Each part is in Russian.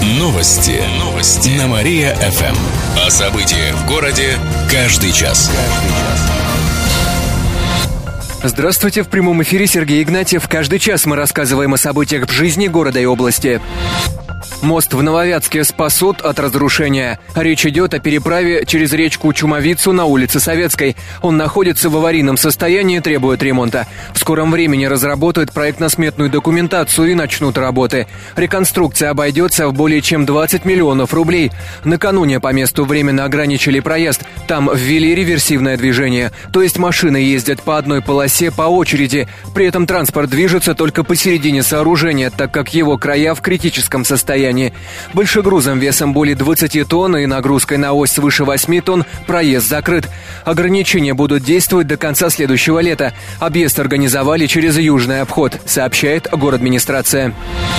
Новости на Мария-ФМ. О событиях в городе каждый час. Здравствуйте, в прямом эфире Сергей Игнатьев. Каждый час мы рассказываем о событиях в жизни города и области. Мост в Нововятске спасут от разрушения. Речь идет о переправе через речку Чумовицу на улице Советской. Он находится в аварийном состоянии, требует ремонта. В скором времени разработают проектно-сметную документацию и начнут работы. Реконструкция обойдется в более чем 20 миллионов рублей. Накануне по месту временно ограничили проезд. Там ввели реверсивное движение. То есть машины ездят по одной полосе по очереди. При этом транспорт движется только посередине сооружения, так как его края в критическом состоянии. Большегрузом весом более 20 тонн и нагрузкой на ось свыше 8 тонн проезд закрыт. Ограничения будут действовать до конца следующего лета. Объезд организовали через южный обход, сообщает городадминистрация.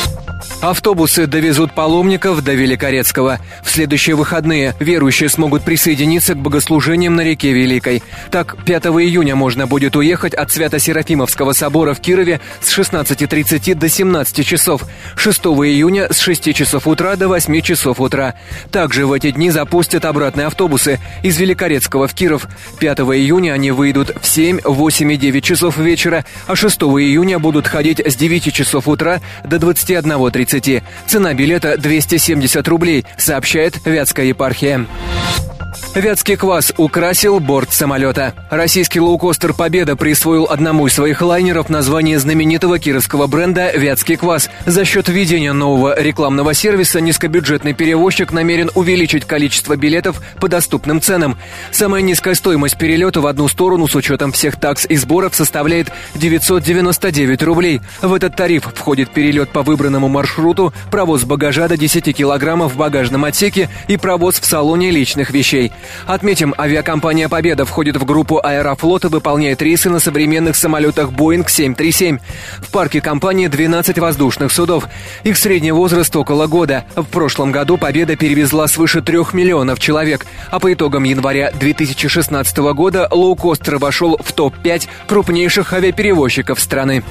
Автобусы довезут паломников до Великорецкого. В следующие выходные верующие смогут присоединиться к богослужениям на реке Великой. Так, 5 июня можно будет уехать от Свято-Серафимовского собора в Кирове с 16:30 до 17 часов. 6 июня с 6 часов утра до 8 часов утра. Также в эти дни запустят обратные автобусы из Великорецкого в Киров. 5 июня они выйдут в 7, 8 и 9 часов вечера, а 6 июня будут ходить с 9 часов утра до 21:30. Цена билета 270 рублей, сообщает Вятская епархия. Вятский квас украсил борт самолета. Российский лоукостер «Победа» присвоил одному из своих лайнеров название знаменитого кировского бренда «Вятский квас». За счет введения нового рекламного сервиса низкобюджетный перевозчик намерен увеличить количество билетов по доступным ценам. Самая низкая стоимость перелета в одну сторону с учетом всех такс и сборов составляет 999 рублей. В этот тариф входит перелет по выбранному маршруту, провоз багажа до 10 килограммов в багажном отсеке и провоз в салоне личных вещей. Отметим, авиакомпания «Победа» входит в группу «Аэрофлот» и выполняет рейсы на современных самолетах «Боинг 737». В парке компании 12 воздушных судов. Их средний возраст около года. В прошлом году «Победа» перевезла свыше 3 миллионов человек. А по итогам января 2016 года лоукостер вошел в топ-5 крупнейших авиаперевозчиков страны.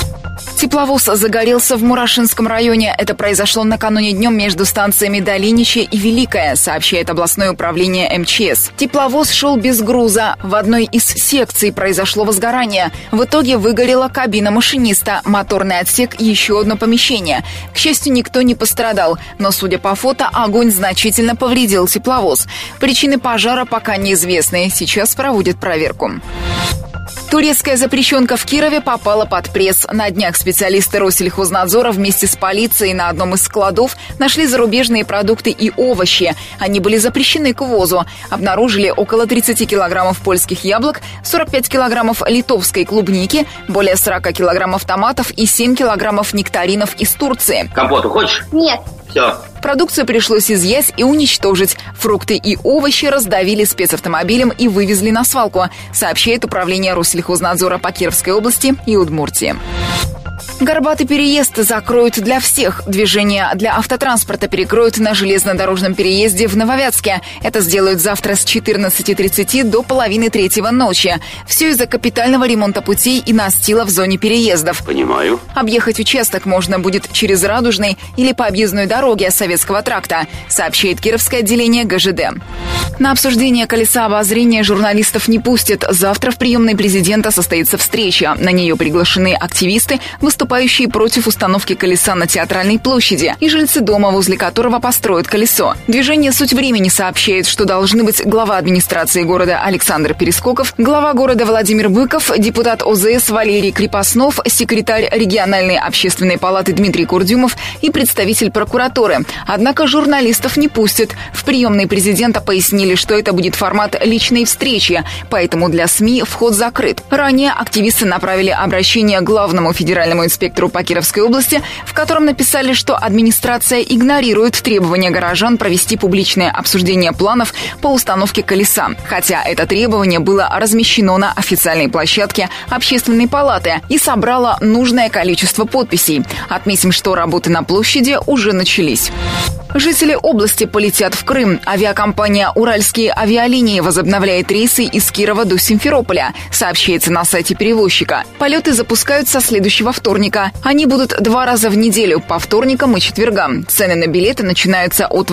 Тепловоз загорелся в Мурашинском районе. Это произошло накануне днем между станциями Долиничи и Великая, сообщает областное управление МЧС. Тепловоз шел без груза. В одной из секций произошло возгорание. В итоге выгорела кабина машиниста, моторный отсек и еще одно помещение. К счастью, никто не пострадал, но, судя по фото, огонь значительно повредил тепловоз. Причины пожара пока неизвестны. Сейчас проводят проверку. Турецкая запрещенка в Кирове попала под пресс. На днях специалисты Россельхознадзора вместе с полицией на одном из складов нашли зарубежные продукты и овощи. Они были запрещены к ввозу. Обнаружили около 30 килограммов польских яблок, 45 килограммов литовской клубники, более 40 килограммов томатов и 7 килограммов нектаринов из Турции. Компоту хочешь? Нет. Все. Продукцию пришлось изъять и уничтожить. Фрукты и овощи раздавили спецавтомобилем и вывезли на свалку, сообщает управление Россельхознадзора по Кировской области и Удмуртии. Горбатый переезд закроют для всех. Движение для автотранспорта перекроют на железнодорожном переезде в Нововятске. Это сделают завтра с 14:30 до 2:30 ночи. Все из-за капитального ремонта путей и настила в зоне переездов. Понимаю. Объехать участок можно будет через Радужный или по объездной дороге Советского тракта, сообщает Кировское отделение ГЖД. На обсуждение колеса обозрения журналистов не пустят. Завтра в приемной президента состоится встреча. На нее приглашены активисты, выступающие против установки колеса на Театральной площади, и жильцы дома, возле которого построят колесо. Движение «Суть времени» сообщает, что должны быть глава администрации города Александр Перескоков, глава города Владимир Быков, депутат ОЗС Валерий Крепоснов, секретарь региональной общественной палаты Дмитрий Курдюмов и представитель прокуратуры. Однако журналистов не пустят. В приемной президента пояснили, что это будет формат личной встречи, поэтому для СМИ вход закрыт. Ранее активисты направили обращение к главному федеральному инспектору по Кировской области, в котором написали, что администрация игнорирует требования горожан провести публичное обсуждение планов по установке колеса. Хотя это требование было размещено на официальной площадке Общественной палаты и собрало нужное количество подписей. Отметим, что работы на площади уже начались. Жители области полетят в Крым. Авиакомпания «Уральские авиалинии» возобновляет рейсы из Кирова до Симферополя, сообщается на сайте перевозчика. Полеты запускают со следующего вторника вторника. Они будут 2 раза в неделю, по вторникам и четвергам. Цены на билеты начинаются от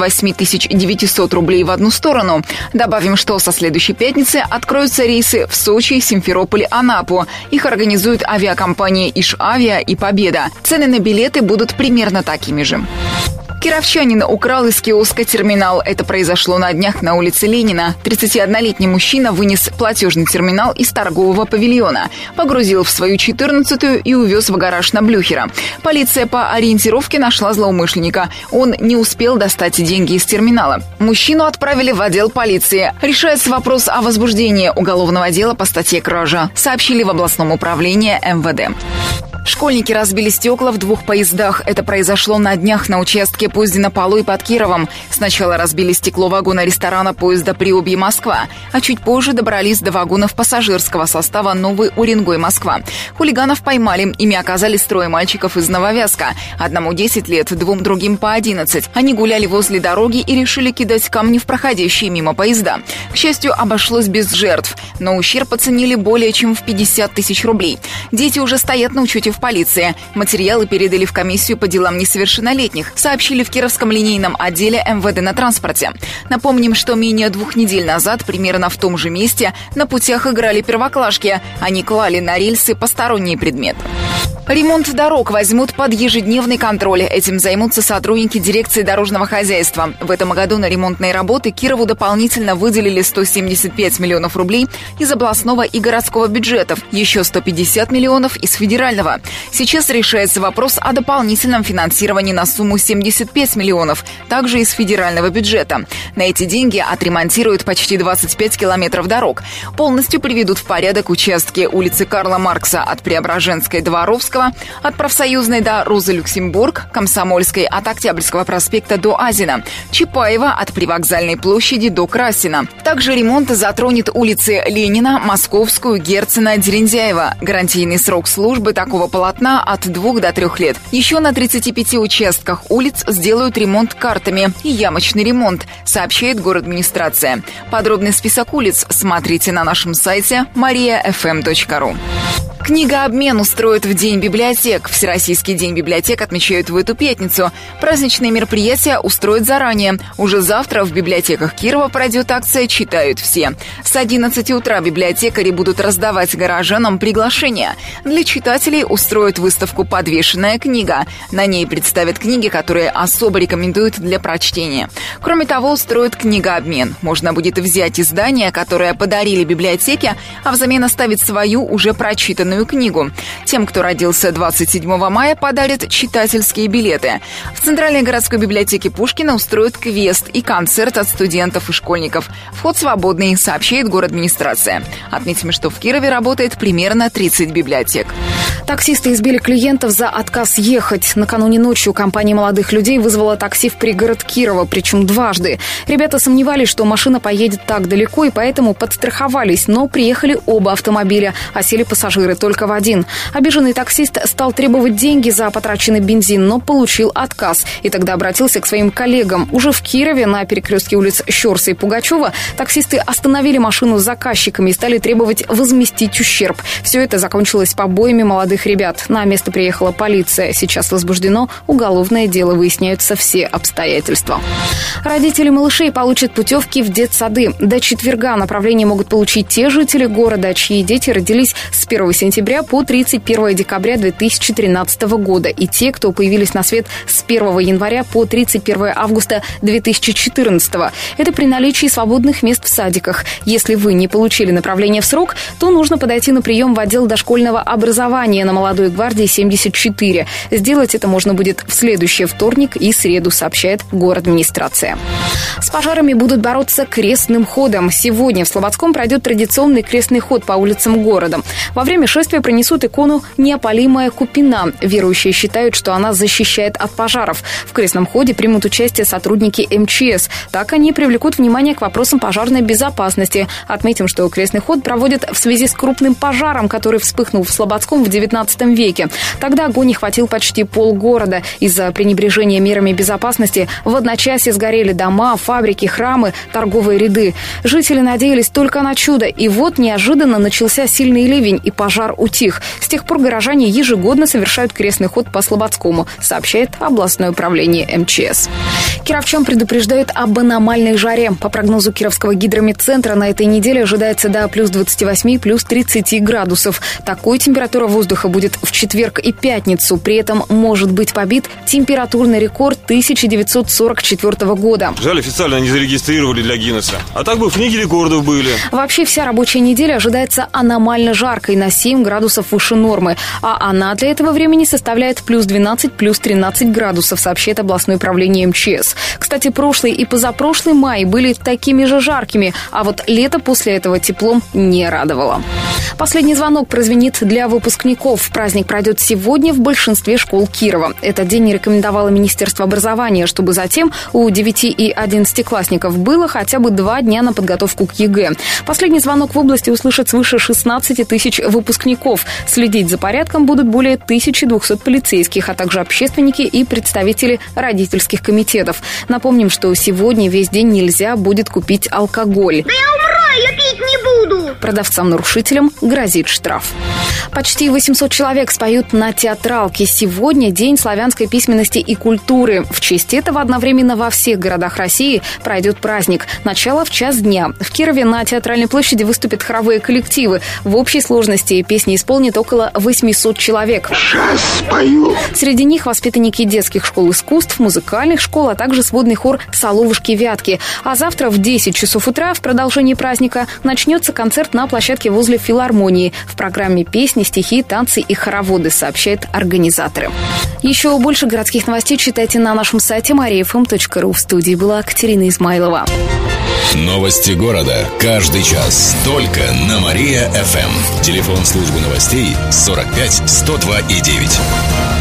8900 рублей в одну сторону. Добавим, что со следующей пятницы откроются рейсы в Сочи, Симферополь, Анапу. Их организуют авиакомпании «Иш-Авиа» и «Победа». Цены на билеты будут примерно такими же. Кировчанин украл из киоска терминал. Это произошло на днях на улице Ленина. 31-летний мужчина вынес платежный терминал из торгового павильона, погрузил в свою 14-ю и увез в гараж на Блюхера. Полиция по ориентировке нашла злоумышленника. Он не успел достать деньги из терминала. Мужчину отправили в отдел полиции. Решается вопрос о возбуждении уголовного дела по статье «Кража», сообщили в областном управлении МВД. Школьники разбили стекла в 2 поездах. Это произошло на днях на участке Поздино-Полу и под Кировом. Сначала разбили стекло вагона ресторана поезда Приобье-Москва, а чуть позже добрались до вагонов пассажирского состава Новый Уренгой-Москва. Хулиганов поймали. Ими оказались 3 мальчиков из Нововязка. Одному 10 лет, 2 другим по 11. Они гуляли возле дороги и решили кидать камни в проходящие мимо поезда. К счастью, обошлось без жертв, но ущерб оценили более чем в 50 тысяч рублей. Дети уже стоят на учете в полиции. Материалы передали в комиссию по делам несовершеннолетних, сообщили в Кировском линейном отделе МВД на транспорте. Напомним, что менее 2 недель назад примерно в том же месте на путях играли первоклашки. Они клали на рельсы посторонние предметы. Ремонт дорог возьмут под ежедневный контроль. Этим займутся сотрудники дирекции дорожного хозяйства. В этом году на ремонтные работы Кирову дополнительно выделили 175 миллионов рублей из областного и городского бюджетов, еще 150 миллионов из федерального. Сейчас решается вопрос о дополнительном финансировании на сумму 75 миллионов, также из федерального бюджета. На эти деньги отремонтируют почти 25 километров дорог. Полностью приведут в порядок участки улицы Карла Маркса от Преображенской до Воровского, от Профсоюзной до Розы Люксембург, Комсомольской от Октябрьского проспекта до Азина, Чапаева от Привокзальной площади до Красина. Также ремонт затронет улицы Ленина, Московскую, Герцена, Дерендяева. Гарантийный срок службы такого полотна от 2 до 3 лет. Еще на 35 участках улиц сделают ремонт картами и ямочный ремонт, сообщает городадминистрация. Подробный список улиц смотрите на нашем сайте mariafm.ru. Книгообмен устроят в День библиотек. Всероссийский день библиотек отмечают в эту пятницу. Праздничные мероприятия устроят заранее. Уже завтра в библиотеках Кирова пройдет акция «Читают все». С 11 утра библиотекари будут раздавать горожанам приглашения. Для читателей устроят выставку «Подвешенная книга». На ней представят книги, которые особо рекомендуют для прочтения. Кроме того, устроят книгообмен. Можно будет взять издание, которое подарили библиотеке, а взамен оставить свою уже прочитанную книгу. Тем, кто родился 27 мая, подарят читательские билеты. В Центральной городской библиотеке Пушкина устроят квест и концерт от студентов и школьников. Вход свободный, сообщает городадминистрация. Отметим, что в Кирове работает примерно 30 библиотек. Таксисты избили клиентов за отказ ехать. Накануне ночью компания молодых людей вызвала такси в пригород Кирова, причем дважды. Ребята сомневались, что машина поедет так далеко, и поэтому подстраховались, но приехали оба автомобиля, а сели пассажиры только в один. Обиженный таксист стал требовать деньги за потраченный бензин, но получил отказ. И тогда обратился к своим коллегам. Уже в Кирове на перекрестке улиц Щерса и Пугачева таксисты остановили машину с заказчиками и стали требовать возместить ущерб. Все это закончилось побоями молодых ребят. На место приехала полиция. Сейчас возбуждено уголовное дело. Выясняются все обстоятельства. Родители малышей получат путевки в детсады. До четверга направление могут получить те жители города, чьи дети родились с 1 сентября по 31 декабря 2013 года, и те, кто появились на свет с 1 января по 31 августа 2014. Это при наличии свободных мест в садиках. Если вы не получили направление в срок, то нужно подойти на прием в отдел дошкольного образования на Молодой гвардии 74. Сделать это можно будет в следующий вторник и среду, сообщает городадминистрация. С пожарами будут бороться крестным ходом. Сегодня в Слободском пройдет традиционный крестный ход по улицам города. Во время шествия принесут икону «Неопалимая Купина». Верующие считают, что она защищает от пожаров. В крестном ходе примут участие сотрудники МЧС. Так они привлекут внимание к вопросам пожарной безопасности. Отметим, что крестный ход проводят в связи с крупным пожаром, который вспыхнул в Слободском в XIX веке. Тогда огонь охватил почти полгорода. Из-за пренебрежения мерами безопасности в одночасье сгорели дома, фабрики, храмы, торговые ряды. Жители надеялись только на чудо. И вот неожиданно начался сильный ливень, и пожар пожар утих. С тех пор горожане ежегодно совершают крестный ход по Слободскому, сообщает областное управление МЧС. Кировчан предупреждают об аномальной жаре. По прогнозу Кировского гидрометцентра на этой неделе ожидается до плюс 28, плюс 30 градусов. Такой температура воздуха будет в четверг и пятницу. При этом может быть побит температурный рекорд 1944 года. Жаль, официально не зарегистрировали для Гиннесса. А так бы в книге рекордов были. Вообще вся рабочая неделя ожидается аномально жаркой на 7 градусов выше нормы. А она для этого времени составляет плюс 12, плюс 13 градусов, сообщает областное управление МЧС. Кстати, прошлый и позапрошлый май были такими же жаркими, а вот лето после этого теплом не радовало. Последний звонок прозвенит для выпускников. Праздник пройдет сегодня в большинстве школ Кирова. Этот день не рекомендовало Министерство образования, чтобы затем у 9 и 11-классников было хотя бы 2 дня на подготовку к ЕГЭ. Последний звонок в области услышат свыше 16 тысяч выпускников. Следить за порядком будут более 1200 полицейских, а также общественники и представители родительских комитетов. Напомним, что сегодня весь день нельзя будет купить алкоголь. Да я умру, я пить не буду. Продавцам-нарушителям грозит штраф. Почти 800 человек споют на театралке. Сегодня День славянской письменности и культуры. В честь этого одновременно во всех городах России пройдет праздник. Начало в час дня. В Кирове на Театральной площади выступят хоровые коллективы. В общей сложности песни исполнит около 800 человек. Сейчас спою. Среди них воспитанники детских школ искусств, музыкальных школ, а также сводный хор «Соловушки-Вятки». А завтра в 10 часов утра в продолжении праздника начнется концерт на площадке возле филармонии. В программе песни, стихи, танцы и хороводы, сообщают организаторы. Еще больше городских новостей читайте на нашем сайте mariafm.ru. В студии была Катерина Измайлова. Новости города. Каждый час. Только на Мария-ФМ. Телефон службы новостей 45 102 и 9.